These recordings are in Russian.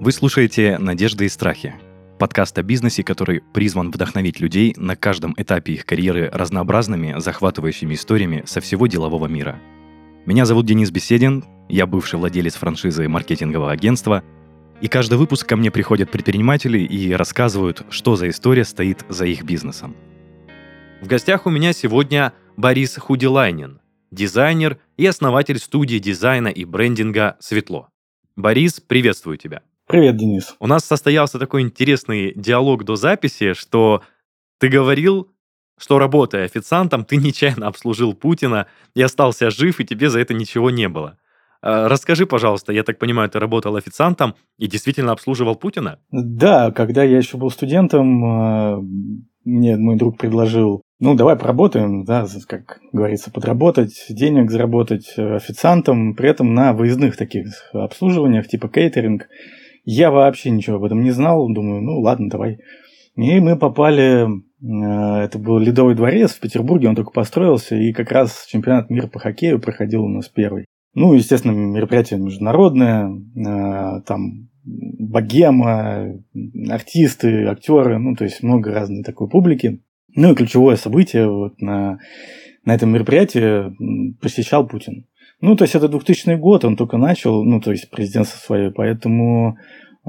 Вы слушаете «Надежды и страхи» — подкаст о бизнесе, который призван вдохновить людей на каждом этапе их карьеры разнообразными, захватывающими историями со всего делового мира. Меня зовут Денис Беседин, я бывший владелец франшизы маркетингового агентства, и каждый выпуск ко мне приходят предприниматели и рассказывают, что за история стоит за их бизнесом. В гостях у меня сегодня Борис Худилайнин, дизайнер и основатель студии дизайна и брендинга «Светло». Борис, приветствую тебя. Привет, Денис. У нас состоялся такой интересный диалог до записи, что ты говорил, что, работая официантом, ты нечаянно обслужил Путина и остался жив, и тебе за это ничего не было. Расскажи, пожалуйста, я так понимаю, ты работал официантом и действительно обслуживал Путина? Да, когда я еще был студентом, мне мой друг предложил, давай поработаем, да, как говорится, подработать, денег заработать официантом, при этом на выездных таких обслуживаниях, типа кейтеринг. Я вообще ничего об этом не знал, думаю, ладно, давай. И мы попали, это был Ледовый дворец в Петербурге, он только построился, и как раз чемпионат мира по хоккею проходил у нас первый. Естественно, мероприятие международное, там богема, артисты, актеры, то есть много разной такой публики. И ключевое событие на этом мероприятии посещал Путин. То есть это 2000 год, он только начал, то есть президентство свое, поэтому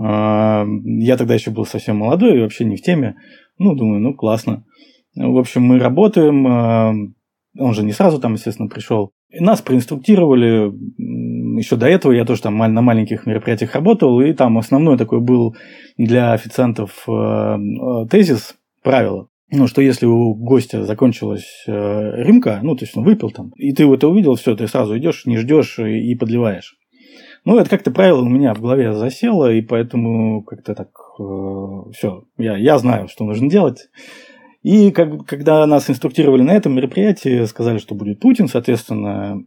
я тогда еще был совсем молодой и вообще не в теме. Думаю, классно. В общем, мы работаем, он же не сразу там, естественно, пришел. И нас проинструктировали, еще до этого я тоже там на маленьких мероприятиях работал, и там основной такой был для официантов тезис, правило. Что если у гостя закончилась рюмка, то есть он выпил там, и ты это увидел, все, ты сразу идешь, не ждешь и подливаешь. Это как-то правило у меня в голове засело, и поэтому как-то так все, я знаю, что нужно делать. И когда нас инструктировали на этом мероприятии, сказали, что будет Путин, соответственно,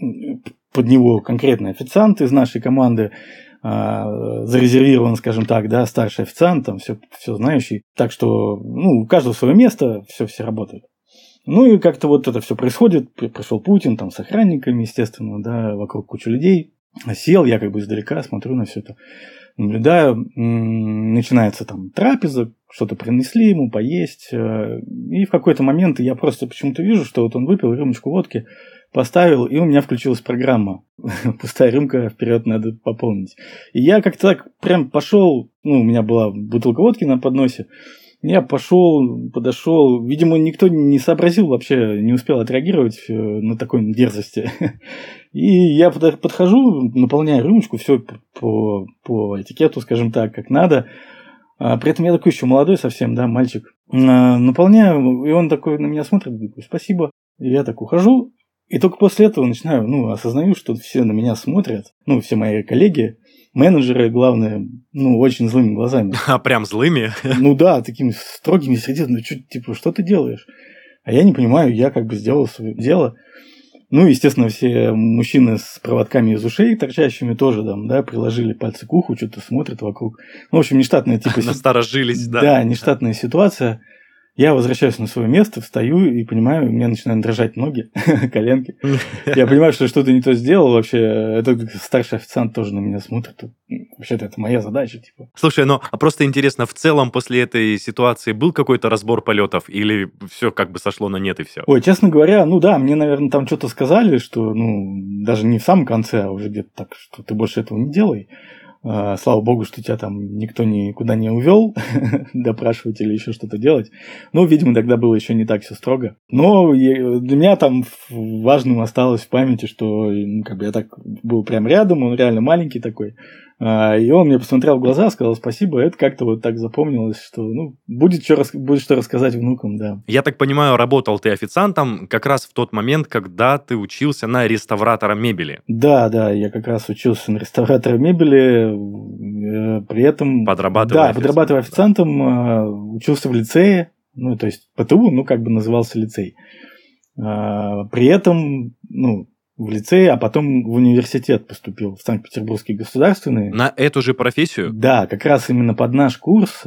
под него конкретный официант из нашей команды, зарезервирован, скажем так, да, старший официант, там все знающий. Так что, у каждого свое место, все работают. И как-то вот это все происходит. Пришел Путин, там с охранниками, естественно, да, вокруг куча людей. Сел, я как бы издалека смотрю на все это, наблюдаю. Начинается там трапеза, что-то принесли ему поесть. И в какой-то момент я просто почему-то вижу, что вот он выпил рюмочку водки, поставил, и у меня включилась программа. Пустая рюмка, вперед надо пополнить. И я как-то так прям пошел, у меня была бутылка водки на подносе, я подошел, видимо, никто не сообразил вообще, не успел отреагировать на такой дерзости. И я подхожу, наполняю рюмочку, все по этикету, скажем так, как надо. При этом я такой еще молодой совсем, да, мальчик. Наполняю, и он такой на меня смотрит, говорит, спасибо. И я так ухожу. И только после этого начинаю, осознаю, что все на меня смотрят, все мои коллеги, менеджеры, главное, очень злыми глазами. А прям злыми? Да, такими строгими сидят, что ты делаешь? А я не понимаю, я как бы сделал свое дело. Естественно, все мужчины с проводками из ушей торчащими тоже там, да, приложили пальцы к уху, что-то смотрят вокруг. В общем, нештатная типа... Насторожились, да. Да, нештатная ситуация. Я возвращаюсь на свое место, встаю и понимаю, у меня начинают дрожать ноги, коленки. Я понимаю, что что-то не то сделал вообще. Этот старший официант тоже на меня смотрит. Вообще-то это моя задача. Типа. Слушай, просто интересно, в целом после этой ситуации был какой-то разбор полетов или все как бы сошло на нет и все? Ой, честно говоря, мне, наверное, там что-то сказали, что, даже не в самом конце, а уже где-то так, что ты больше этого не делай. Слава богу, что тебя там никто никуда не увел допрашивать или еще что-то делать. Видимо, тогда было еще не так все строго. Но для меня там важным осталось в памяти, что я так был прям рядом, он реально маленький такой. И он мне посмотрел в глаза, сказал спасибо. Это как-то вот так запомнилось, что будет что рассказать внукам, да. Я так понимаю, работал ты официантом как раз в тот момент, когда ты учился на реставратора мебели. Да, я как раз учился на реставратора мебели, при этом... Подрабатывая официантом, учился в лицее, то есть ПТУ, назывался лицей. При этом, в лицее, а потом в университет поступил, в Санкт-Петербургский государственный. На эту же профессию? Да, как раз именно под наш курс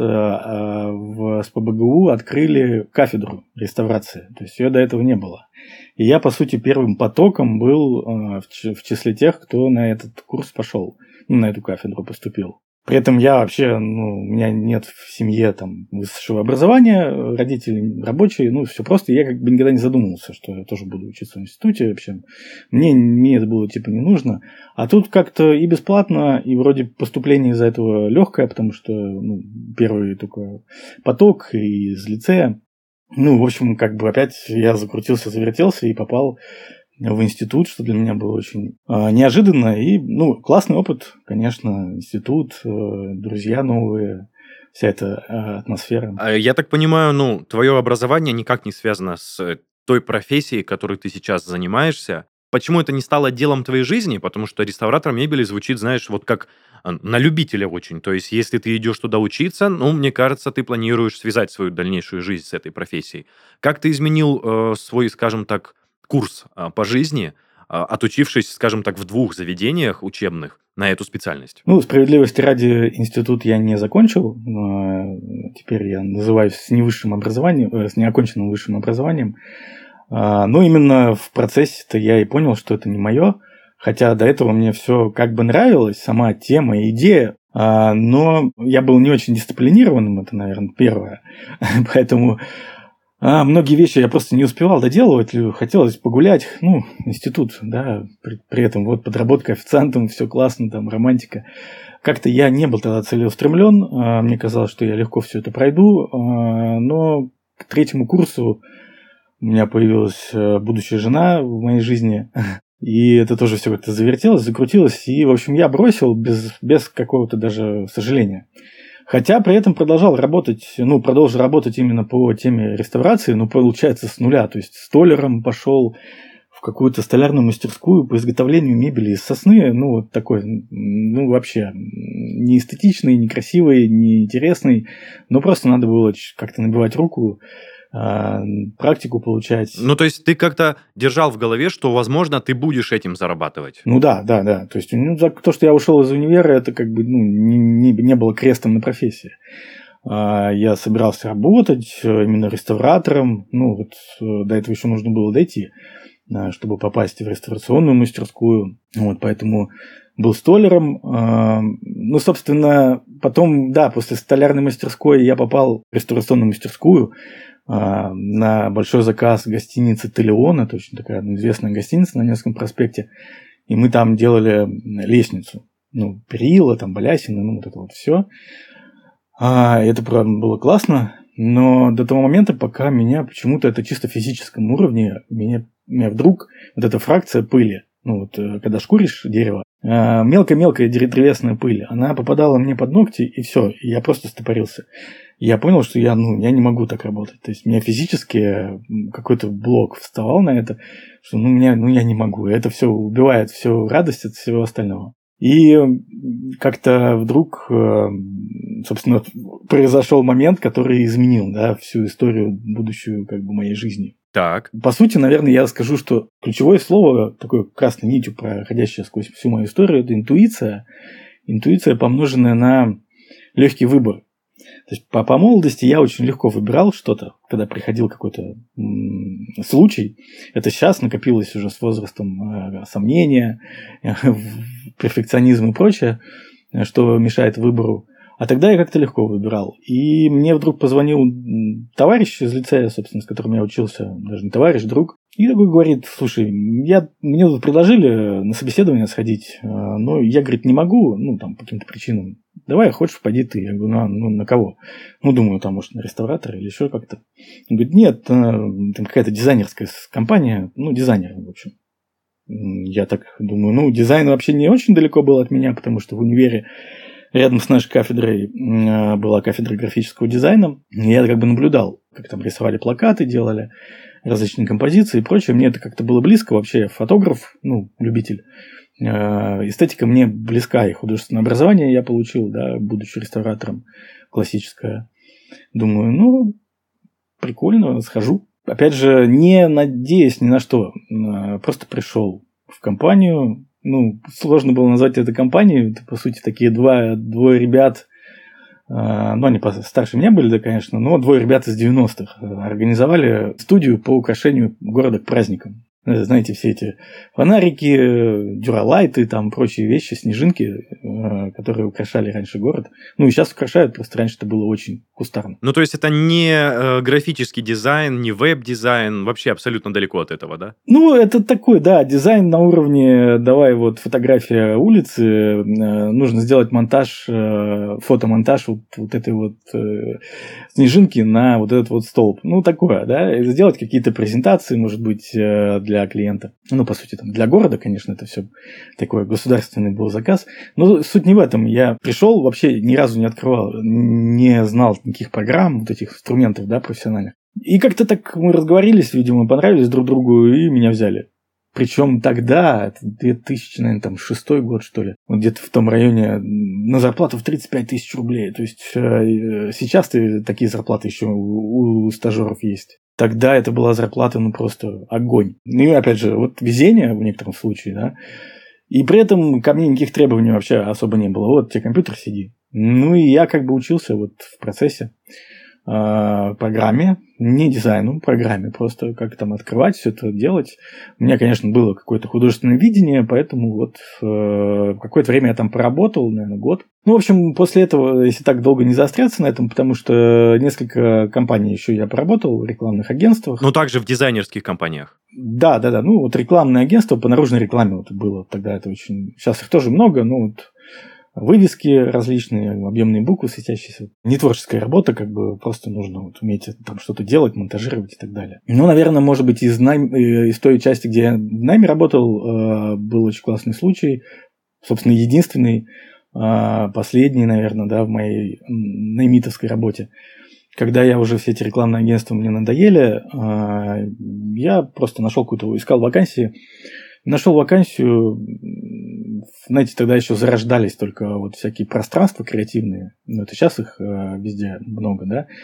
в СПбГУ открыли кафедру реставрации. То есть ее до этого не было. И я, по сути, первым потоком был в числе тех, кто на этот курс пошел, на эту кафедру поступил. При этом я вообще, у меня нет в семье там высшего образования, родители рабочие, все просто. Я как бы никогда не задумывался, что я тоже буду учиться в институте вообще. Мне это было типа не нужно. А тут как-то и бесплатно, и вроде поступление из-за этого легкое, потому что первый только поток из лицея. В общем, как бы опять я закрутился, завертелся и попал в институт, что для меня было очень неожиданно. И, классный опыт, конечно, институт, друзья новые, вся эта атмосфера. Я так понимаю, твое образование никак не связано с той профессией, которой ты сейчас занимаешься. Почему это не стало делом твоей жизни? Потому что реставратор мебели звучит, знаешь, вот как на любителя очень. То есть, если ты идешь туда учиться, мне кажется, ты планируешь связать свою дальнейшую жизнь с этой профессией. Как ты изменил свой, скажем так, курс по жизни, отучившись, скажем так, в 2 заведениях учебных на эту специальность? Справедливости ради, институт я не закончил. Теперь я называюсь с невысшим образованием, с неоконченным высшим образованием. Но именно в процессе-то я и понял, что это не мое. Хотя до этого мне все как бы нравилось, сама тема и идея. Но я был не очень дисциплинированным, это, наверное, первое. Поэтому многие вещи я просто не успевал доделывать, хотелось погулять, институт, да, при этом вот подработка официантом, все классно, там, романтика. Как-то я не был тогда целеустремлен, мне казалось, что я легко все это пройду, но к 3 курсу у меня появилась будущая жена в моей жизни, и это тоже все как-то завертелось, закрутилось, и, в общем, я бросил без какого-то даже сожаления. Хотя при этом продолжил работать именно по теме реставрации, получается, с нуля. То есть столяром пошел в какую-то столярную мастерскую по изготовлению мебели из сосны. Вот такой, вообще не эстетичный, не красивый, не интересный. Но просто надо было как-то набивать руку, практику получать. То есть ты как-то держал в голове, что, возможно, ты будешь этим зарабатывать? Да. То есть за то, что я ушел из универа, это как бы не было крестом на профессии. Я собирался работать именно реставратором. До этого еще нужно было дойти, чтобы попасть в реставрационную мастерскую. Поэтому был столяром. Собственно, потом, после столярной мастерской я попал в реставрационную мастерскую на большой заказ гостиницы «Телеон». Это очень такая известная гостиница на Невском проспекте. И мы там делали лестницу. Перила, там балясины, вот это вот все. Это, правда, было классно. Но до того момента, пока меня почему-то это чисто физическом уровне, меня вдруг вот эта фракция пыли, когда шкуришь дерево, мелкая-мелкая древесная пыль, она попадала мне под ногти, и все, и я просто стопорился. Я понял, что я не могу так работать. То есть у меня физически какой-то блок вставал на это, что я не могу. И это все убивает всю радость от всего остального. И как-то вдруг, собственно, произошел момент, который изменил, всю историю будущую моей жизни. Так. По сути, наверное, я скажу, что ключевое слово, такой красной нитью, проходящее сквозь всю мою историю, это интуиция. Интуиция, помноженная на легкий выбор. То есть по молодости я очень легко выбирал что-то, когда приходил какой-то случай. Это сейчас накопилось уже с возрастом сомнения, перфекционизм и прочее, что мешает выбору. А тогда я как-то легко выбирал. И мне вдруг позвонил товарищ из лицея, собственно, с которым я учился, даже не товарищ, друг. И такой говорит: слушай, мне тут предложили на собеседование сходить, но я, говорит, не могу, по каким-то причинам. Давай, хочешь, пойди ты. Я говорю, на кого? Думаю, там, может, на реставратора или еще как-то. Он говорит, нет, там какая-то дизайнерская компания, дизайнер, в общем. Я так думаю, дизайн вообще не очень далеко был от меня, потому что в универе рядом с нашей кафедрой была кафедра графического дизайна. И я наблюдал, как там рисовали плакаты, делали различные композиции и прочее. Мне это как-то было близко. Вообще я фотограф, любитель. Эстетика мне близка, и художественное образование я получил, будучи реставратором, классическое. Думаю, прикольно, схожу. Опять же, не надеясь ни на что, просто пришел в компанию. Сложно было назвать это компанией. Это, по сути, такие двое ребят. Они старше меня были, конечно, но 2 ребят из 90-х организовали студию по украшению города к праздникам. Знаете, все эти фонарики, дюралайты, там прочие вещи, снежинки, которые украшали раньше город. Ну и сейчас украшают, просто раньше это было очень кустарно. Ну, то есть это не графический дизайн, не веб-дизайн, вообще абсолютно далеко от этого, да? Ну, это такой, да, дизайн на уровне, давай вот фотография улицы, нужно сделать монтаж, фотомонтаж вот этой вот снежинки на вот этот вот столб. Ну, такое, да, и сделать какие-то презентации, может быть, для клиента. Ну, по сути, там, для города, конечно, это все такой государственный был заказ. Но суть не в этом. Я пришел, вообще ни разу не открывал, не знал никаких программ, вот этих инструментов, да, профессиональных. И как-то так мы разговорились, видимо, понравились друг другу, и меня взяли. Причем тогда, это 2006 год, что ли, вот где-то в том районе, на зарплату в 35 тысяч рублей. То есть сейчас такие зарплаты еще у стажеров есть. Тогда это была зарплата, ну, просто огонь. Ну, и опять же, вот везение в некотором случае, да. И при этом ко мне никаких требований вообще особо не было. Вот, тебе компьютер, сиди. Ну, и я как бы учился вот в процессе. Программе, не дизайну, программе, просто как там открывать все это делать. У меня, конечно, было какое-то художественное видение, поэтому вот какое-то время я там поработал, наверное, год. Ну, в общем, после этого, если так долго не заостряться на этом, потому что несколько компаний еще я поработал в рекламных агентствах. Ну, также в дизайнерских компаниях. Да. Ну, вот рекламное агентство по наружной рекламе вот было тогда, это очень... Сейчас их тоже много, но вот вывески различные, объемные буквы светящиеся. Не творческая работа, как бы просто нужно вот уметь там что-то делать, монтажировать и так далее. Ну, наверное, может быть, из той части, где я в найме работал, был очень классный случай. Собственно, единственный, последний, наверное, да, в моей наймитовской работе. Когда я уже все эти рекламные агентства мне надоели, я просто искал вакансии. Нашел вакансию, знаете, тогда еще зарождались только вот всякие пространства креативные, но это сейчас их везде много,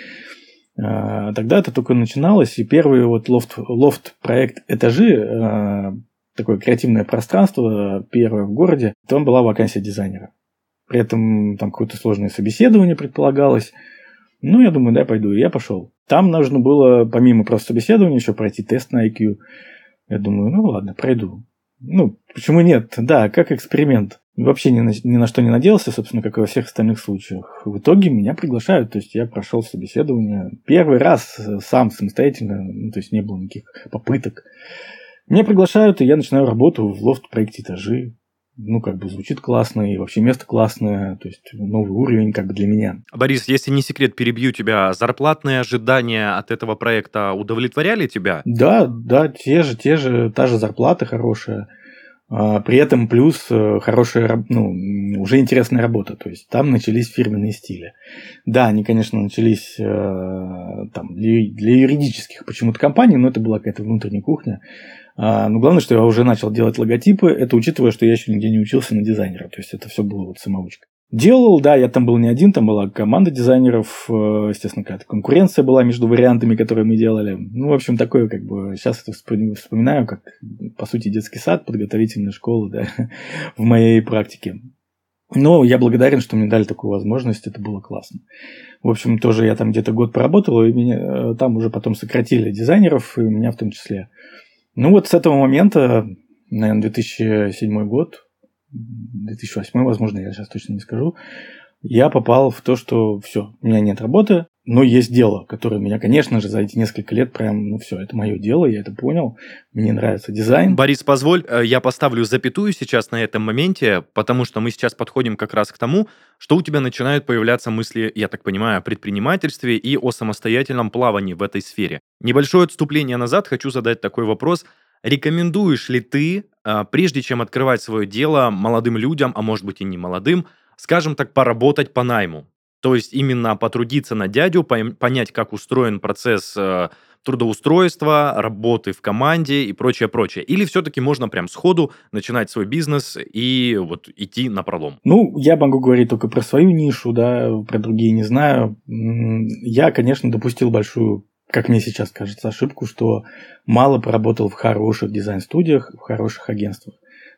да. Тогда это только начиналось, и первый вот лофт-проект «Этажи», такое креативное пространство, первое в городе, там была вакансия дизайнера. При этом там какое-то сложное собеседование предполагалось. Ну, я думаю, да, пойду, и я пошел. Там нужно было, помимо просто собеседования, еще пройти тест на IQ. Я думаю, ну ладно, пройду. Ну, почему нет? Да, как эксперимент. Вообще ни на что не надеялся, собственно, как и во всех остальных случаях. В итоге меня приглашают, то есть я прошел собеседование первый раз сам, самостоятельно, ну, то есть не было никаких попыток. Меня приглашают, и я начинаю работу в лофт-проекте «Этажи». Ну, как бы звучит классно, и вообще место классное, то есть новый уровень как бы для меня. Борис, если не секрет, перебью тебя, зарплатные ожидания от этого проекта удовлетворяли тебя? Да, та же зарплата хорошая, при этом плюс хорошая, ну, уже интересная работа, то есть там начались фирменные стили. Да, они, конечно, начались там для юридических почему-то компаний, но это была какая-то внутренняя кухня. Но главное, что я уже начал делать логотипы, это учитывая, что я еще нигде не учился на дизайнера, то есть это все было вот самоучка. Делал, да, я там был не один, там была команда дизайнеров, естественно, какая-то конкуренция была между вариантами, которые мы делали. Ну, в общем, такое, как бы, сейчас это вспоминаю, как, по сути, детский сад, подготовительная школа, да, в моей практике. Но я благодарен, что мне дали такую возможность, это было классно. В общем, тоже я там где-то год поработал, и меня там уже потом сократили дизайнеров, и меня в том числе. Ну, вот с этого момента, наверное, 2007 год, 2008, возможно, я сейчас точно не скажу, я попал в то, что все, у меня нет работы, но есть дело, которое меня, конечно же, за эти несколько лет прям, ну все, это мое дело, я это понял, мне нравится дизайн. Борис, позволь, я поставлю запятую сейчас на этом моменте, потому что мы сейчас подходим как раз к тому, что у тебя начинают появляться мысли, я так понимаю, о предпринимательстве и о самостоятельном плавании в этой сфере. Небольшое отступление назад, хочу задать такой вопрос. Рекомендуешь ли ты, прежде чем открывать свое дело молодым людям, а может быть и не молодым, скажем так, поработать по найму? То есть именно потрудиться на дядю, понять, как устроен процесс трудоустройства, работы в команде и прочее, прочее. Или все-таки можно прям сходу начинать свой бизнес и вот идти напролом? Ну, я могу говорить только про свою нишу, да, про другие не знаю. Я, конечно, допустил большую, как мне сейчас кажется, ошибку, что мало поработал в хороших дизайн-студиях, в хороших агентствах.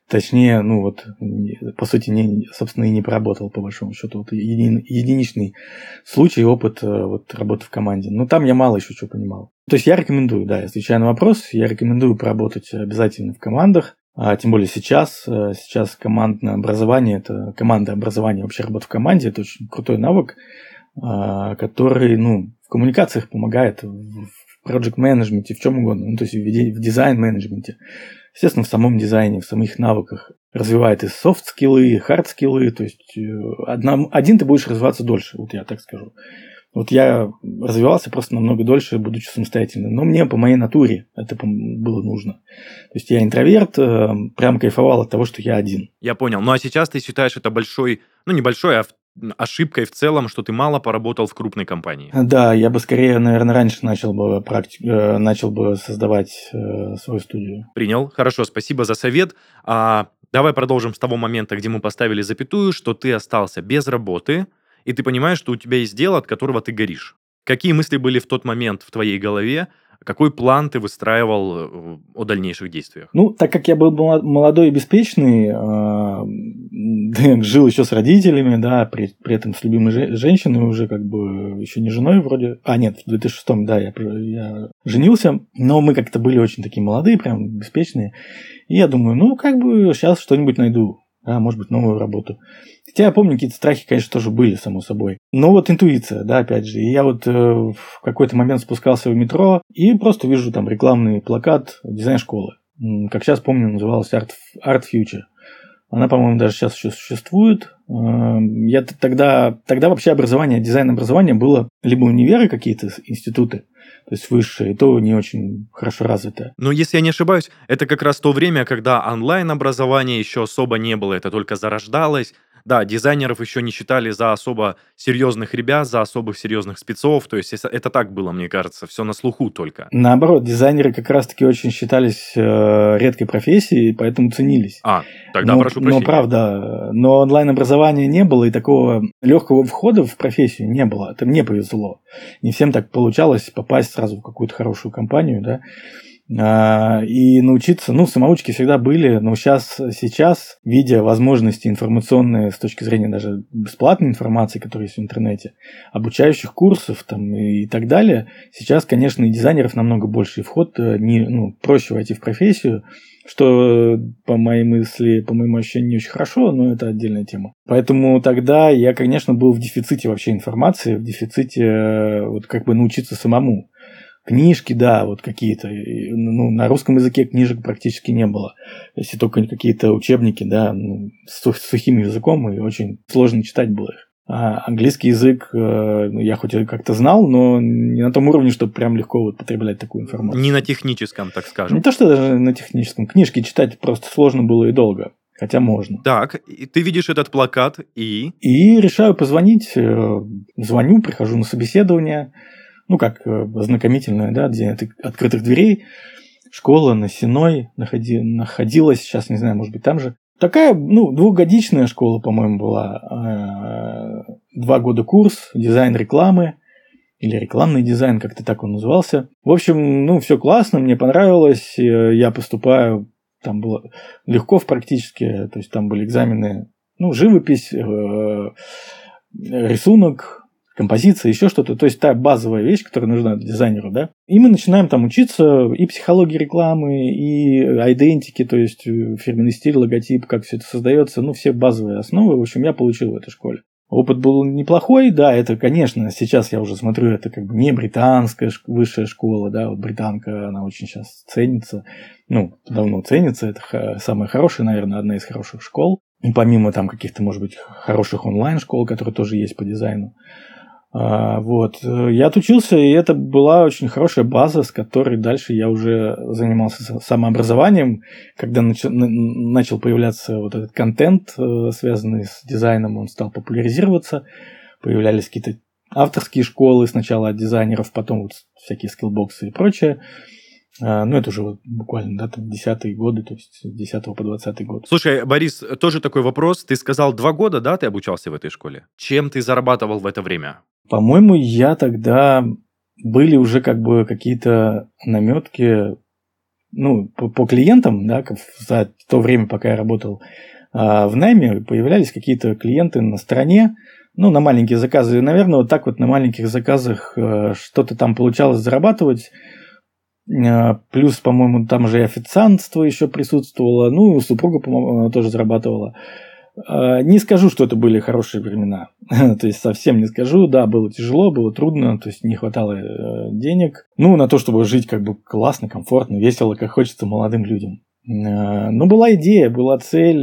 Точнее, ну вот, по сути, собственно, и не поработал, по большому счету. Вот единичный случай, опыт вот, работы в команде. Но там я мало еще чего понимал. То есть я рекомендую, да, отвечая на вопрос, я рекомендую поработать обязательно в командах. Тем более сейчас. Сейчас командное образование, это команда образования, вообще работа в команде, это очень крутой навык, который, ну, в коммуникациях помогает, в проект-менеджменте, в чем угодно, ну, то есть в дизайн-менеджменте. Естественно, в самом дизайне, в самих навыках развивает и софт-скиллы, и хард-скиллы. То есть один ты будешь развиваться дольше, вот я так скажу. Вот я развивался просто намного дольше, будучи самостоятельным. Но мне по моей натуре это было нужно. То есть я интроверт, прям кайфовал от того, что я один. Я понял. Ну а сейчас ты считаешь это большой, ну не большой, а ошибкой в целом, что ты мало поработал в крупной компании? Да, я бы скорее, наверное, раньше начал бы создавать свою студию. Принял. Хорошо, спасибо за совет. Давай продолжим с того момента, где мы поставили запятую, что ты остался без работы, и ты понимаешь, что у тебя есть дело, от которого ты горишь. Какие мысли были в тот момент в твоей голове? Какой план ты выстраивал о дальнейших действиях? Ну, так как я был молодой и беспечный, жил еще с родителями, да, при этом с любимой женщиной, уже как бы еще не женой вроде. Нет, в 2006-м, да, я женился, но мы как-то были очень такие молодые, прям беспечные. И я думаю, ну, как бы сейчас что-нибудь найду, да, может быть, новую работу. Хотя я помню, какие-то страхи, конечно, тоже были, само собой. Но вот интуиция, да, опять же. И я вот в какой-то момент спускался в метро и просто вижу там рекламный плакат дизайн-школы. Как сейчас помню, называлась Art Future. Она, по-моему, даже сейчас еще существует. Я тогда вообще дизайн-образование было либо универы какие-то, институты, то есть высшее, и то не очень хорошо развитое. Но если я не ошибаюсь, это как раз то время, когда онлайн-образования еще особо не было, это только зарождалось. Да, дизайнеров еще не считали за особо серьезных ребят, за особых серьезных спецов. То есть это так было, мне кажется, все на слуху только. Наоборот, дизайнеры как раз-таки очень считались редкой профессией, поэтому ценились. Тогда прошу прощения. Но правда, но онлайн-образования не было, и такого легкого входа в профессию не было. Это мне повезло. Не всем так получалось попасть сразу в какую-то хорошую компанию, да. И научиться, самоучки всегда были, но сейчас, видя возможности информационные с точки зрения даже бесплатной информации, которая есть в интернете, обучающих курсов там, и так далее, сейчас, конечно, и дизайнеров намного больше, и вход проще войти в профессию, что, по моему ощущению, не очень хорошо, но это отдельная тема. Поэтому тогда я, конечно, был в дефиците вообще информации, в дефиците научиться самому. Книжки, да, вот какие-то. На русском языке книжек практически не было. Если только какие-то учебники, да, с сухим языком, и очень сложно читать было их. А английский язык я хоть и как-то знал, но не на том уровне, чтобы прям легко потреблять такую информацию. Не на техническом, так скажем. Не то, что даже на техническом. Книжки читать просто сложно было и долго. Хотя можно. Так, и ты видишь этот плакат и... И решаю позвонить. Звоню, прихожу на собеседование. Как ознакомительная, да, день открытых дверей. Школа на Сенной находилась, сейчас не знаю, может быть, там же. Такая, двухгодичная школа, по-моему, была. 2 года курс, дизайн рекламы, или рекламный дизайн, как-то так он назывался. В общем, все классно, мне понравилось. Я поступаю, там было легко практически, то есть там были экзамены, живопись, рисунок, композиция, еще что-то. То есть та базовая вещь, которая нужна дизайнеру, да. И мы начинаем там учиться и психологии рекламы, и айдентики, то есть фирменный стиль, логотип, как все это создается, все базовые основы. В общем, я получил в этой школе. Опыт был неплохой, да, это, конечно, сейчас я уже смотрю, это как бы не британская высшая школа, да, вот британка, она очень сейчас ценится, давно ценится, это самая хорошая, наверное, одна из хороших школ. И помимо там каких-то, может быть, хороших онлайн-школ, которые тоже есть по дизайну. Я отучился, и это была очень хорошая база, с которой дальше я уже занимался самообразованием, когда начал появляться вот этот контент, связанный с дизайном, он стал популяризироваться, появлялись какие-то авторские школы сначала от дизайнеров, потом всякие скиллбоксы и прочее. Это уже буквально, да, там 10-е годы, то есть с 10 по 20 год. Слушай, Борис, тоже такой вопрос. Ты сказал 2 года, да, ты обучался в этой школе? Чем ты зарабатывал в это время? По-моему, я тогда были уже как бы какие-то наметки, по клиентам, да, за то время, пока я работал в найме, появлялись какие-то клиенты на стороне, на маленькие заказы. И, наверное, вот так вот на маленьких заказах что-то там получалось зарабатывать. Плюс, по-моему, там же и официантство еще присутствовало. Супруга, по-моему, тоже зарабатывала. Не скажу, что это были хорошие времена. То есть совсем не скажу. Да, было тяжело, было трудно, то есть не хватало денег. На то, чтобы жить как бы классно, комфортно, весело, как хочется молодым людям. Но была идея, была цель,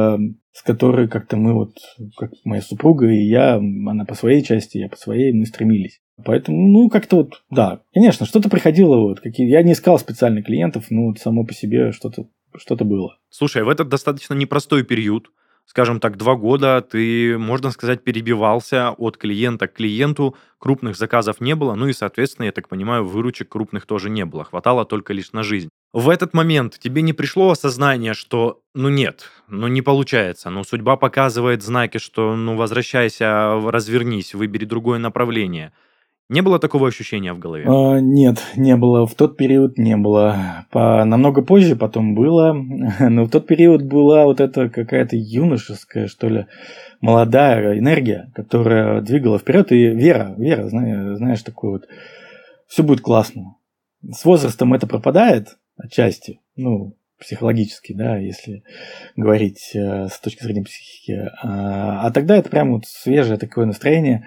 с которой как-то мы как моя супруга и я, она по своей части, я по своей, мы стремились. Поэтому, как-то да, конечно, что-то приходило, я не искал специально клиентов, само по себе что-то было. Слушай, в этот достаточно непростой период, скажем так, 2 года ты, можно сказать, перебивался от клиента к клиенту, крупных заказов не было, и, соответственно, я так понимаю, выручек крупных тоже не было, хватало только лишь на жизнь. В этот момент тебе не пришло осознание, что, нет, не получается, судьба показывает знаки, что, возвращайся, развернись, выбери другое направление. Не было такого ощущения в голове? Нет, не было. В тот период не было. Намного позже потом было. Но в тот период была вот эта какая-то юношеская, что ли, молодая энергия, которая двигала вперед. И вера, знаешь, такой все будет классно. С возрастом это пропадает отчасти, психологически, да, если говорить с точки зрения психики. А тогда это прям свежее такое настроение.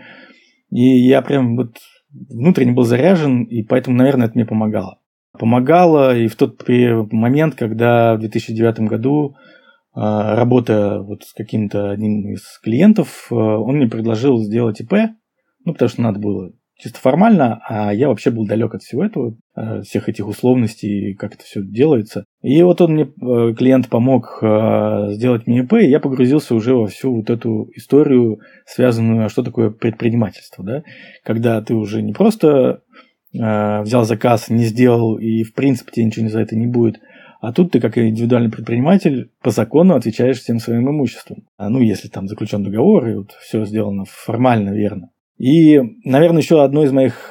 И я прям внутренне был заряжен, и поэтому, наверное, это мне помогало. Помогало и в тот момент, когда в 2009 году, работая с каким-то одним из клиентов, он мне предложил сделать ИП, потому что надо было чисто формально, а я вообще был далек от всего этого, всех этих условностей, как это все делается. И он мне, клиент, помог сделать мне ИП, и я погрузился уже во всю эту историю, связанную, что такое предпринимательство, да? Когда ты уже не просто взял заказ, не сделал, и в принципе тебе ничего за это не будет, а тут ты, как индивидуальный предприниматель, по закону отвечаешь всем своим имуществом. Если там заключен договор, и все сделано формально верно. И, наверное, еще одно из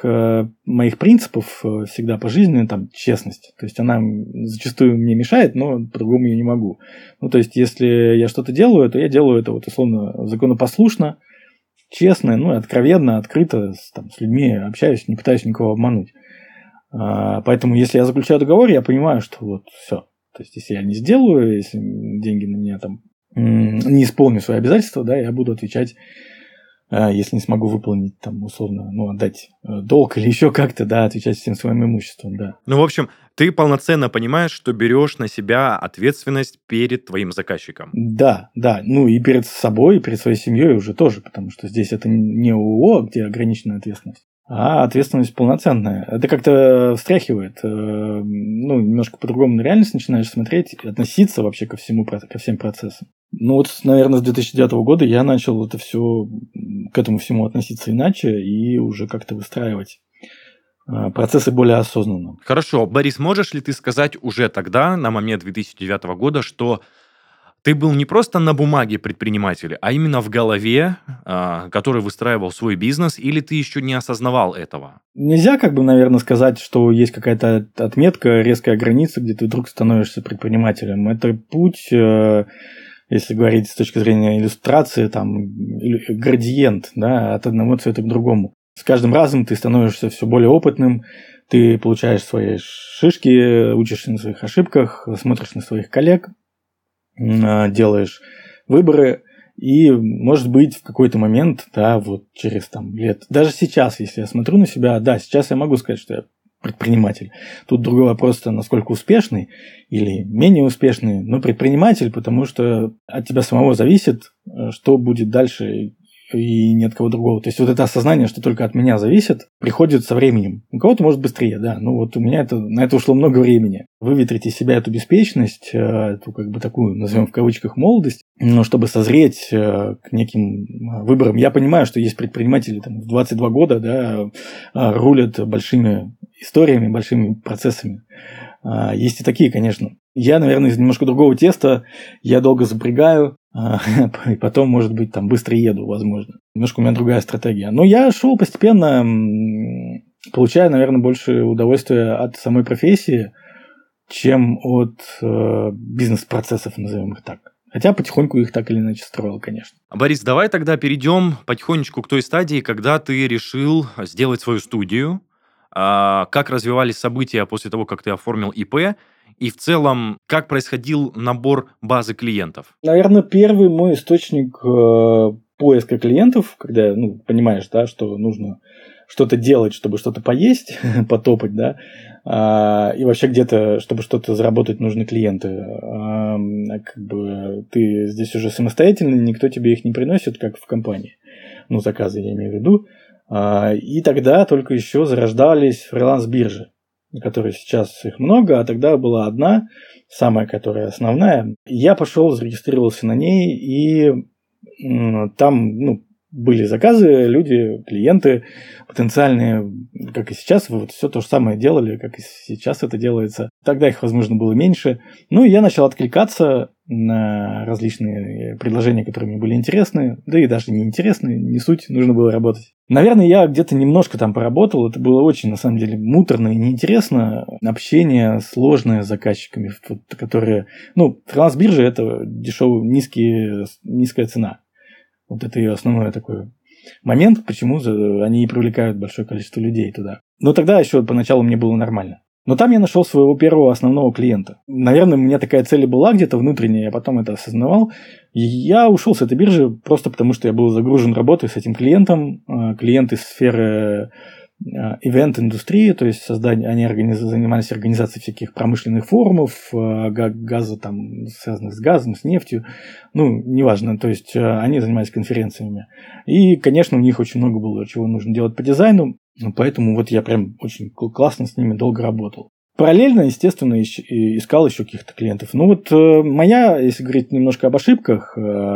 моих принципов всегда по жизни, честность. То есть она зачастую мне мешает, но по-другому я не могу. То есть если я что-то делаю, то я делаю это условно законопослушно, честно, откровенно, открыто с людьми общаюсь, не пытаюсь никого обмануть. Поэтому если я заключаю договор, я понимаю, что все. То есть если я не сделаю, если деньги на меня не исполню свои обязательства, да, я буду отвечать, если не смогу выполнить, условно, отдать долг или еще как-то, да, отвечать всем своим имуществом, да. В общем, ты полноценно понимаешь, что берешь на себя ответственность перед твоим заказчиком. Да, и перед собой, и перед своей семьей уже тоже, потому что здесь это не ООО, где ограниченная ответственность, а ответственность полноценная. Это как-то встряхивает, немножко по-другому на реальность начинаешь смотреть, относиться вообще ко всем процессам. Наверное, с 2009 года я начал это все, к этому всему относиться иначе и уже как-то выстраивать процессы более осознанно. Хорошо. Борис, можешь ли ты сказать уже тогда, на момент 2009 года, что ты был не просто на бумаге предпринимателем, а именно в голове, который выстраивал свой бизнес, или ты еще не осознавал этого? Нельзя, наверное, сказать, что есть какая-то отметка, резкая граница, где ты вдруг становишься предпринимателем. Это путь, если говорить с точки зрения иллюстрации, градиент, да, от одного цвета к другому. С каждым разом ты становишься все более опытным, ты получаешь свои шишки, учишься на своих ошибках, смотришь на своих коллег, делаешь выборы, и, может быть, в какой-то момент, да, через лет, даже сейчас, если я смотрю на себя, да, сейчас я могу сказать, что я предприниматель. Тут другой вопрос, насколько успешный или менее успешный, но предприниматель, потому что от тебя самого зависит, что будет дальше, и ни от кого другого. То есть это осознание, что только от меня зависит, приходит со временем. У кого-то может быстрее, да, но у меня на это ушло много времени. Выветрить из себя эту беспечность, эту такую, назовем в кавычках, молодость, но чтобы созреть к неким выборам. Я понимаю, что есть предприниматели в 22 года, да, рулят большими историями, большими процессами. Есть и такие, конечно. Я, наверное, из немножко другого теста, я долго запрягаю, и потом, может быть, быстро еду, возможно. Немножко у меня другая стратегия. Но я шел постепенно, получая, наверное, больше удовольствия от самой профессии, чем от бизнес-процессов, назовем их так. Хотя потихоньку их так или иначе строил, конечно. Борис, давай тогда перейдем потихонечку к той стадии, когда ты решил сделать свою студию. Как развивались события после того, как ты оформил ИП? И в целом, как происходил набор базы клиентов? Наверное, первый мой источник поиска клиентов, когда понимаешь, да, что нужно что-то делать, чтобы что-то поесть, потопать, да, и вообще где-то, чтобы что-то заработать, нужны клиенты. Как бы ты здесь уже самостоятельно, никто тебе их не приносит, как в компании. Заказы я имею в виду. И тогда только еще зарождались фриланс-биржи, которые сейчас их много, а тогда была одна, самая, которая основная. Я пошел, зарегистрировался на ней, и там, были заказы, люди, клиенты потенциальные, как и сейчас, вот все то же самое делали, как и сейчас это делается. Тогда их, возможно, было меньше. И я начал откликаться на различные предложения, которые мне были интересны, да и даже не интересны, не суть, нужно было работать. Наверное, я где-то немножко там поработал, это было очень, на самом деле, муторно и неинтересно. Общение сложное с заказчиками, которые... фриланс-биржа – это низкая цена. Вот это ее основной такой момент, почему они и привлекают большое количество людей туда. Но тогда еще поначалу мне было нормально. Но там я нашел своего первого основного клиента. Наверное, у меня такая цель была где-то внутренняя, я потом это осознавал. И я ушел с этой биржи просто потому, что я был загружен работой с этим клиентом. Клиент из сферы ивент-индустрии, то есть они занимались организацией всяких промышленных форумов, газа, связанных с газом, с нефтью, неважно, то есть они занимались конференциями. И, конечно, у них очень много было чего нужно делать по дизайну, поэтому я прям очень классно с ними долго работал. Параллельно, естественно, искал еще каких-то клиентов. Моя, если говорить немножко об ошибках,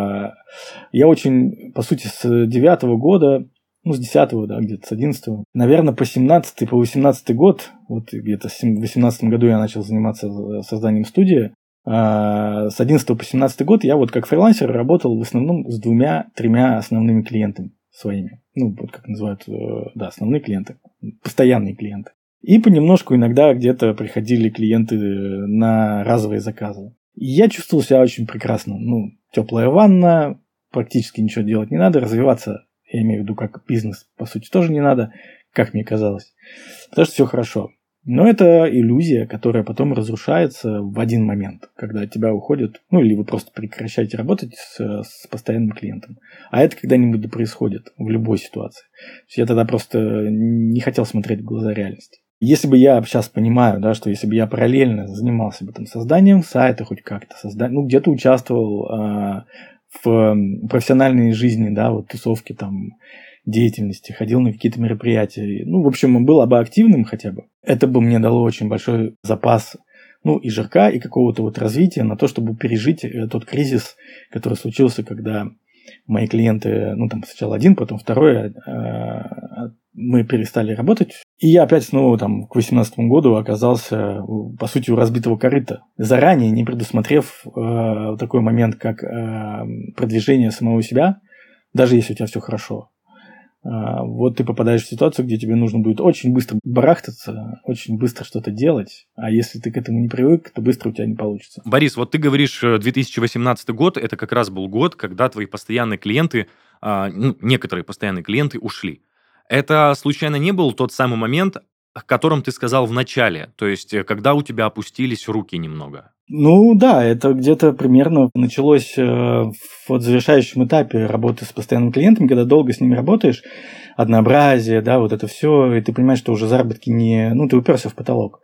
я очень, по сути, с 9-го года, с 10-го, да, где-то с 11-го. Наверное, по 17-й, по 18-й год, где-то в 18-м году я начал заниматься созданием студии. С 11 по 17 год я как фрилансер работал в основном с 2-3 основными клиентами своими. Как называют, основные клиенты, постоянные клиенты. И понемножку иногда где-то приходили клиенты на разовые заказы. И я чувствовал себя очень прекрасно. Теплая ванна, практически ничего делать не надо, развиваться, я имею в виду, как бизнес, по сути, тоже не надо, как мне казалось. Потому что все хорошо. Но это иллюзия, которая потом разрушается в один момент, когда от тебя уходят, или вы просто прекращаете работать с постоянным клиентом. А это когда-нибудь да происходит в любой ситуации. Я тогда просто не хотел смотреть в глаза реальности. Если бы я сейчас понимаю, да, что если бы я параллельно занимался бы созданием сайта, хоть как-то где-то участвовал в профессиональной жизни, да, тусовки, деятельности, ходил на какие-то мероприятия. В общем, был бы активным хотя бы. Это бы мне дало очень большой запас, и жирка, и какого-то развития на то, чтобы пережить тот кризис, который случился, когда мои клиенты, сначала один, потом второй, мы перестали работать. И я опять снова к 2018 году оказался, по сути, у разбитого корыта. Заранее не предусмотрев такой момент, как продвижение самого себя, даже если у тебя все хорошо. Ты попадаешь в ситуацию, где тебе нужно будет очень быстро барахтаться, очень быстро что-то делать, а если ты к этому не привык, то быстро у тебя не получится. Борис, ты говоришь, 2018 год, это как раз был год, когда твои постоянные клиенты, некоторые постоянные клиенты ушли. Это случайно не был тот самый момент, о котором ты сказал в начале, то есть когда у тебя опустились руки немного? Да, это где-то примерно началось в завершающем этапе работы с постоянным клиентом, когда долго с ними работаешь, однообразие, да, это все, и ты понимаешь, что уже заработки ты уперся в потолок,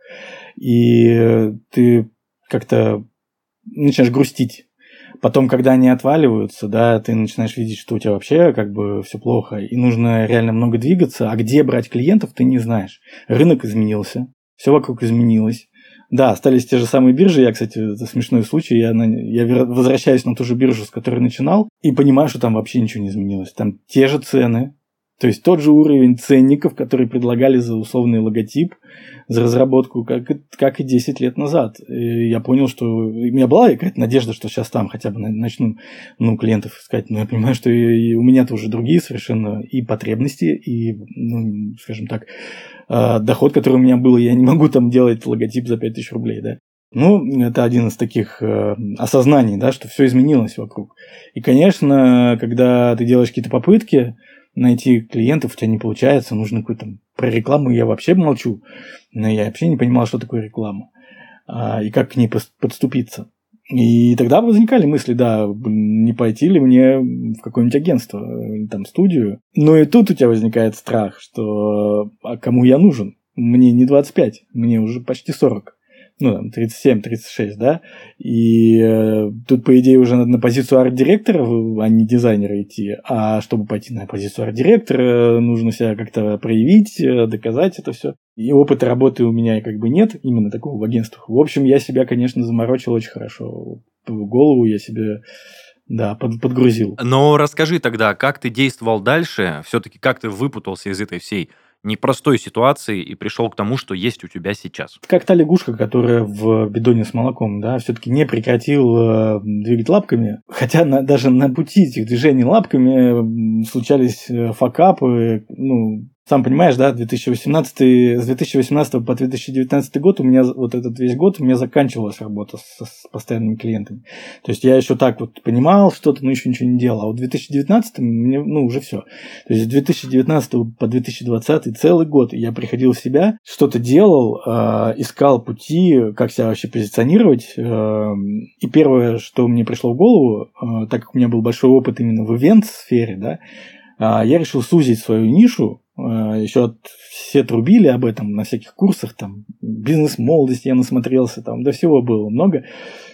и ты как-то начинаешь грустить. Потом, когда они отваливаются, да, ты начинаешь видеть, что у тебя вообще все плохо, и нужно реально много двигаться, а где брать клиентов, ты не знаешь. Рынок изменился, все вокруг изменилось. Да, остались те же самые биржи. Я, кстати, это смешной случай. Я возвращаюсь на ту же биржу, с которой начинал, и понимаю, что там вообще ничего не изменилось. Там те же цены, то есть тот же уровень ценников, которые предлагали за условный логотип, за разработку, как и 10 лет назад. И я понял, что у меня была какая-то надежда, что сейчас там хотя бы начну клиентов искать. Но я понимаю, что и у меня-то уже другие совершенно и потребности, и, скажем так, доход, который у меня был. Я не могу делать логотип за 5000 рублей, да. Ну, это один из таких осознаний, да, что все изменилось вокруг. И, конечно, когда ты делаешь какие-то попытки найти клиентов, у тебя не получается, нужно какую-то... Про рекламу я вообще молчу, но я вообще не понимал, что такое реклама и как к ней подступиться. И тогда возникали мысли, да, не пойти ли мне в какое-нибудь агентство, там, студию. Но и тут у тебя возникает страх, что а кому я нужен? Мне не 25, мне уже почти 40. Ну, там, 37-36, да, и тут, по идее, уже надо на позицию арт-директора, а не дизайнера идти, а чтобы пойти на позицию арт-директора, нужно себя как-то проявить, доказать это все. И опыта работы у меня как бы нет, именно такого в агентствах. В общем, я себя, конечно, заморочил очень хорошо. В голову я себе, да, подгрузил. Но расскажи тогда, как ты действовал дальше, все-таки как ты выпутался из этой всей непростой ситуации и пришел к тому, что есть у тебя сейчас? Как та лягушка, которая в бидоне с молоком, да, все-таки не прекратил двигать лапками, хотя даже на пути этих движений лапками случались факапы, ну, сам понимаешь, да, с 2018 по 2019 год у меня вот этот весь год у меня заканчивалась работа с постоянными клиентами. То есть я еще так вот понимал что-то, но еще ничего не делал. А вот в 2019 мне, ну, уже все. То есть с 2019 по 2020 целый год я приходил в себя, что-то делал, искал пути, как себя вообще позиционировать. И первое, что мне пришло в голову, так как у меня был большой опыт именно в ивент-сфере, да, я решил сузить свою нишу. Еще все трубили об этом на всяких курсах, там, бизнес-молодость я насмотрелся, там, до всего было много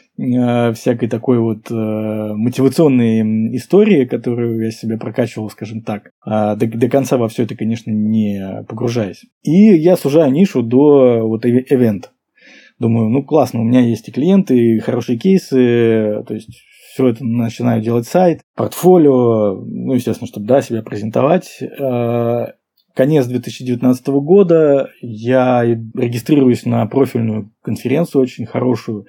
всякой такой вот мотивационной истории, которую я себе прокачивал, скажем так, до конца во все это, конечно, не погружаясь. И я сужаю нишу до вот ивент. Думаю, ну классно, у меня есть и клиенты, и хорошие кейсы, то есть все это начинаю делать сайт, портфолио, ну, естественно, чтобы, да, себя презентовать. Конец 2019 года я регистрируюсь на профильную конференцию очень хорошую,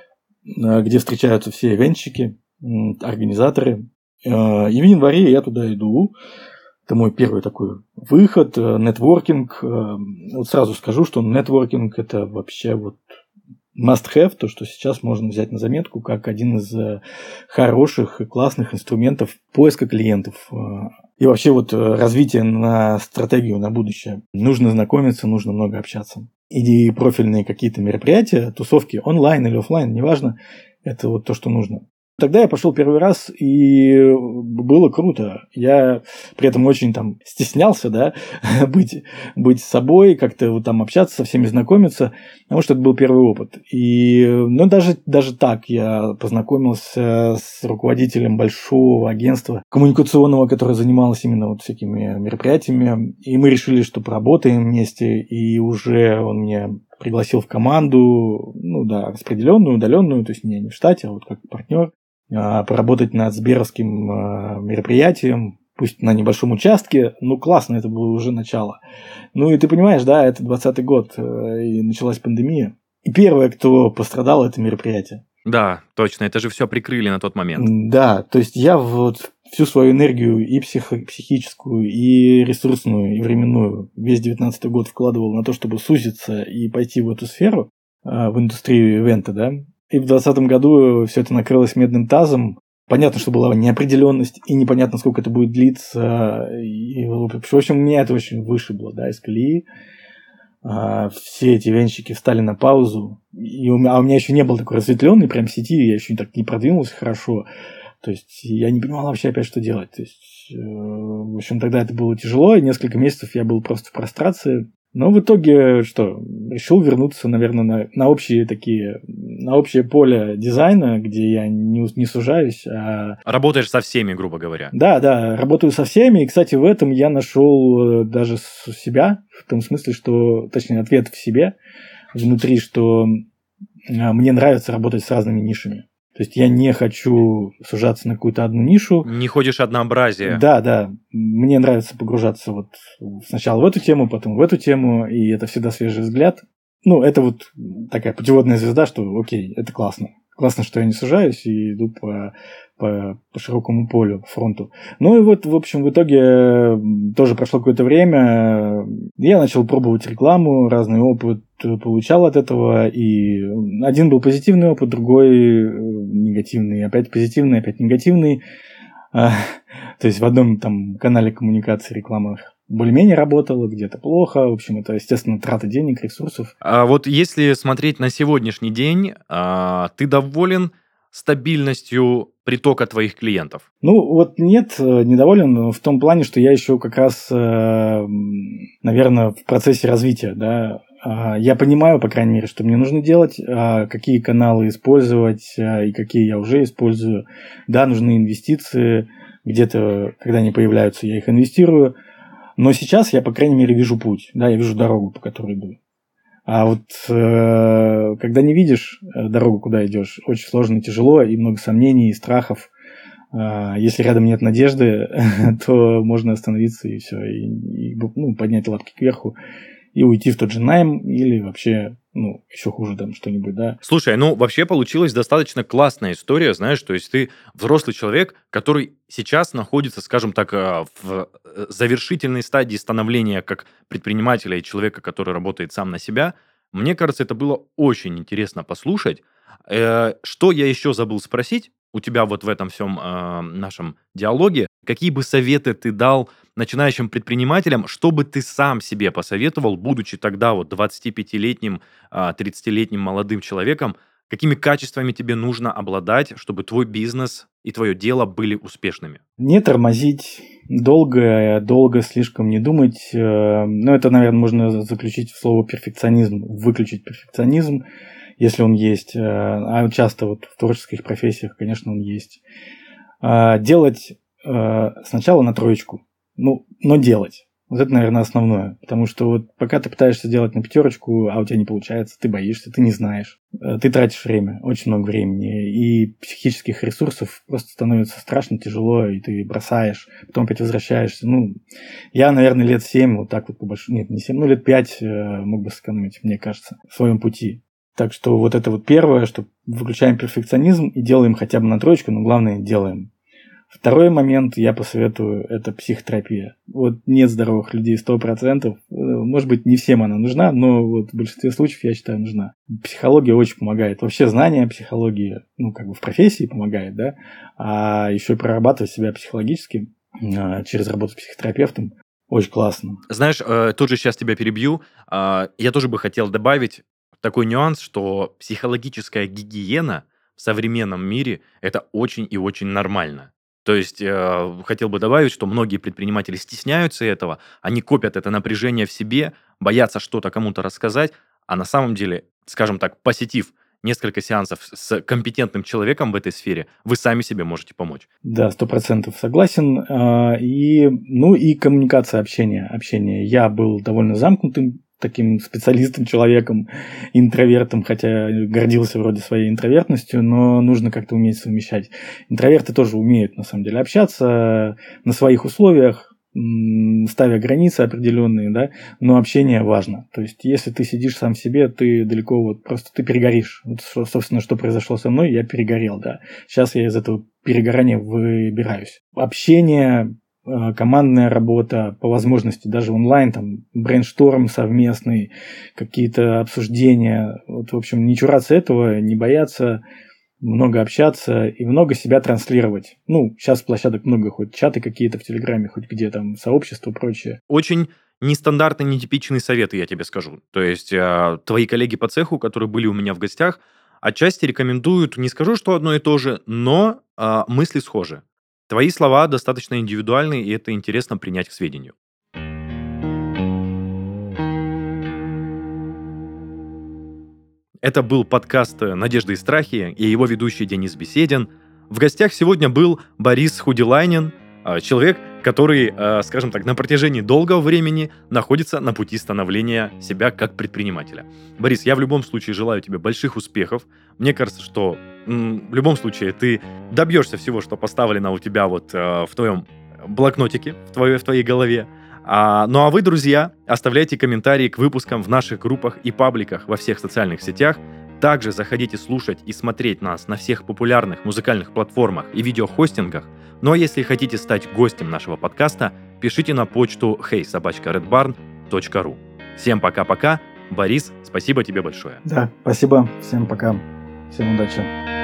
где встречаются все ивентщики, организаторы. И в январе я туда иду. Это мой первый такой выход, нетворкинг. Вот сразу скажу, что нетворкинг – это вообще вот must-have, то, что сейчас можно взять на заметку, как один из хороших и классных инструментов поиска клиентов и вообще вот развития на стратегию на будущее. Нужно знакомиться, нужно много общаться. И профильные какие-то мероприятия, тусовки онлайн или офлайн, неважно, это вот то, что нужно. Тогда я пошел первый раз, и было круто. Я при этом очень там стеснялся, да, быть собой, как-то вот там общаться со всеми, знакомиться, потому что это был первый опыт. И, ну, даже так я познакомился с руководителем большого агентства коммуникационного, которое занималось именно вот всякими мероприятиями, и мы решили, что поработаем вместе, и уже он мне пригласил в команду, ну да, распределенную, удаленную, то есть не в штате, а вот как партнер, поработать над сберовским мероприятием, пусть на небольшом участке, ну классно, это было уже начало. Ну и ты понимаешь, да, это 2020 год, и началась пандемия. И первое, кто пострадал, это мероприятие. Да, точно, это же все прикрыли на тот момент. Да, то есть я вот всю свою энергию и психическую, и ресурсную, и временную весь 2019 год вкладывал на то, чтобы сузиться и пойти в эту сферу, в индустрию ивента, да. И в 2020 году все это накрылось медным тазом. Понятно, что была неопределенность, и непонятно, сколько это будет длиться. И, в общем, меня это очень вышибло, да, из колеи. Все эти ивентщики встали на паузу. У меня еще не было такой разветвленной прям сети, я еще так не продвинулся хорошо. То есть я не понимал вообще опять, что делать. То есть, в общем, тогда это было тяжело, и несколько месяцев я был просто в прострации. Но в итоге что? Решил вернуться, наверное, на общее поле дизайна, где я не сужаюсь. Работаешь со всеми, грубо говоря. Да, работаю со всеми. И, кстати, в этом я нашел даже себя, в том смысле, что, точнее, ответ в себе внутри, что мне нравится работать с разными нишами. То есть я не хочу сужаться на какую-то одну нишу. Не ходишь однообразие. Да. Мне нравится погружаться вот сначала в эту тему, потом в эту тему, и это всегда свежий взгляд. Ну, это вот такая путеводная звезда, что окей, это классно. Классно, что я не сужаюсь и иду по широкому полю, по фронту. Ну и вот, в общем, в итоге тоже прошло какое-то время, я начал пробовать рекламу, разный опыт получал от этого, и один был позитивный опыт, другой негативный, опять позитивный, опять негативный. То есть в одном там канале коммуникации реклама более-менее работала, где-то плохо. В общем, это, естественно, трата денег, ресурсов. А вот если смотреть на сегодняшний день, ты доволен стабильностью притока твоих клиентов? Ну, вот нет, недоволен в том плане, что я еще как раз, наверное, в процессе развития, да. Я понимаю, по крайней мере, что мне нужно делать, какие каналы использовать и какие я уже использую. Да, нужны инвестиции, где-то, когда они появляются, я их инвестирую. Но сейчас я, по крайней мере, вижу путь, да, я вижу дорогу, по которой иду. А вот когда не видишь дорогу, куда идешь, очень сложно, тяжело, и много сомнений, и страхов. Если рядом нет надежды, то можно остановиться и все, и поднять лапки кверху и уйти в тот же найм или вообще, еще хуже там что-нибудь, да. Слушай, вообще получилась достаточно классная история, знаешь, то есть ты взрослый человек, который сейчас находится, скажем так, в завершительной стадии становления как предпринимателя и человека, который работает сам на себя. Мне кажется, это было очень интересно послушать. Что я еще забыл спросить у тебя вот в этом всем нашем диалоге? Какие бы советы ты дал начинающим предпринимателям, что бы ты сам себе посоветовал, будучи тогда вот 25-летним, 30-летним молодым человеком, какими качествами тебе нужно обладать, чтобы твой бизнес и твое дело были успешными? Не тормозить, долго слишком не думать. Это, наверное, можно заключить в слово перфекционизм, выключить перфекционизм, если он есть. А часто вот в творческих профессиях, конечно, он есть. Делать сначала на троечку, но делать. Вот это, наверное, основное. Потому что вот пока ты пытаешься делать на 5, а у тебя не получается, ты боишься, ты не знаешь. Ты тратишь время, очень много времени. И психических ресурсов просто становится страшно тяжело, и ты бросаешь, потом опять возвращаешься. Я, наверное, лет 7, вот так вот нет, не 7, лет 5 мог бы сэкономить, мне кажется, в своем пути. Так что вот это вот первое, что выключаем перфекционизм и делаем хотя бы на 3, но главное делаем. Второй момент я посоветую – это психотерапия. Вот нет здоровых людей 100%. Может быть, не всем она нужна, но вот в большинстве случаев, я считаю, нужна. Психология очень помогает. Вообще знание психологии, в профессии помогает, да, а еще и прорабатывать себя психологически через работу с психотерапевтом очень классно. Знаешь, тут же сейчас тебя перебью. Я тоже бы хотел добавить такой нюанс, что психологическая гигиена в современном мире – это очень и очень нормально. То есть хотел бы добавить, что многие предприниматели стесняются этого, они копят это напряжение в себе, боятся что-то кому-то рассказать, а на самом деле, скажем так, посетив несколько сеансов с компетентным человеком в этой сфере, вы сами себе можете помочь. Да, 100% согласен. И коммуникация, общение. Я был довольно замкнутым таким специалистом, человеком, интровертом, хотя гордился вроде своей интровертностью, но нужно как-то уметь совмещать. Интроверты тоже умеют, на самом деле, общаться на своих условиях, ставя границы определенные, да, но общение важно. То есть, если ты сидишь сам в себе, ты далеко просто ты перегоришь. Вот, собственно, что произошло со мной, я перегорел, да. Сейчас я из этого перегорания выбираюсь. Общение, командная работа, по возможности даже онлайн, там, брейншторм совместный, какие-то обсуждения. Вот, в общем, не чураться этого, не бояться, много общаться и много себя транслировать. Сейчас площадок много, хоть чаты какие-то в Телеграме, хоть где там сообщества, прочее. Очень нестандартный, нетипичный совет, я тебе скажу. То есть твои коллеги по цеху, которые были у меня в гостях, отчасти рекомендуют, не скажу, что одно и то же, но мысли схожи. Твои слова достаточно индивидуальны, и это интересно принять к сведению. Это был подкаст «Надежды и страхи» и его ведущий Денис Беседин. В гостях сегодня был Борис Худилайнин, человек, который, скажем так, на протяжении долгого времени находится на пути становления себя как предпринимателя. Борис, я в любом случае желаю тебе больших успехов. Мне кажется, что в любом случае ты добьешься всего, что поставлено у тебя вот в твоем блокнотике, в твоей голове. Ну а вы, друзья, оставляйте комментарии к выпускам в наших группах и пабликах во всех социальных сетях. Также заходите слушать и смотреть нас на всех популярных музыкальных платформах и видеохостингах. Ну а если хотите стать гостем нашего подкаста, пишите на почту hey@redbarn.ru. Всем пока-пока. Борис, спасибо тебе большое. Да, спасибо. Всем пока. Всем удачи.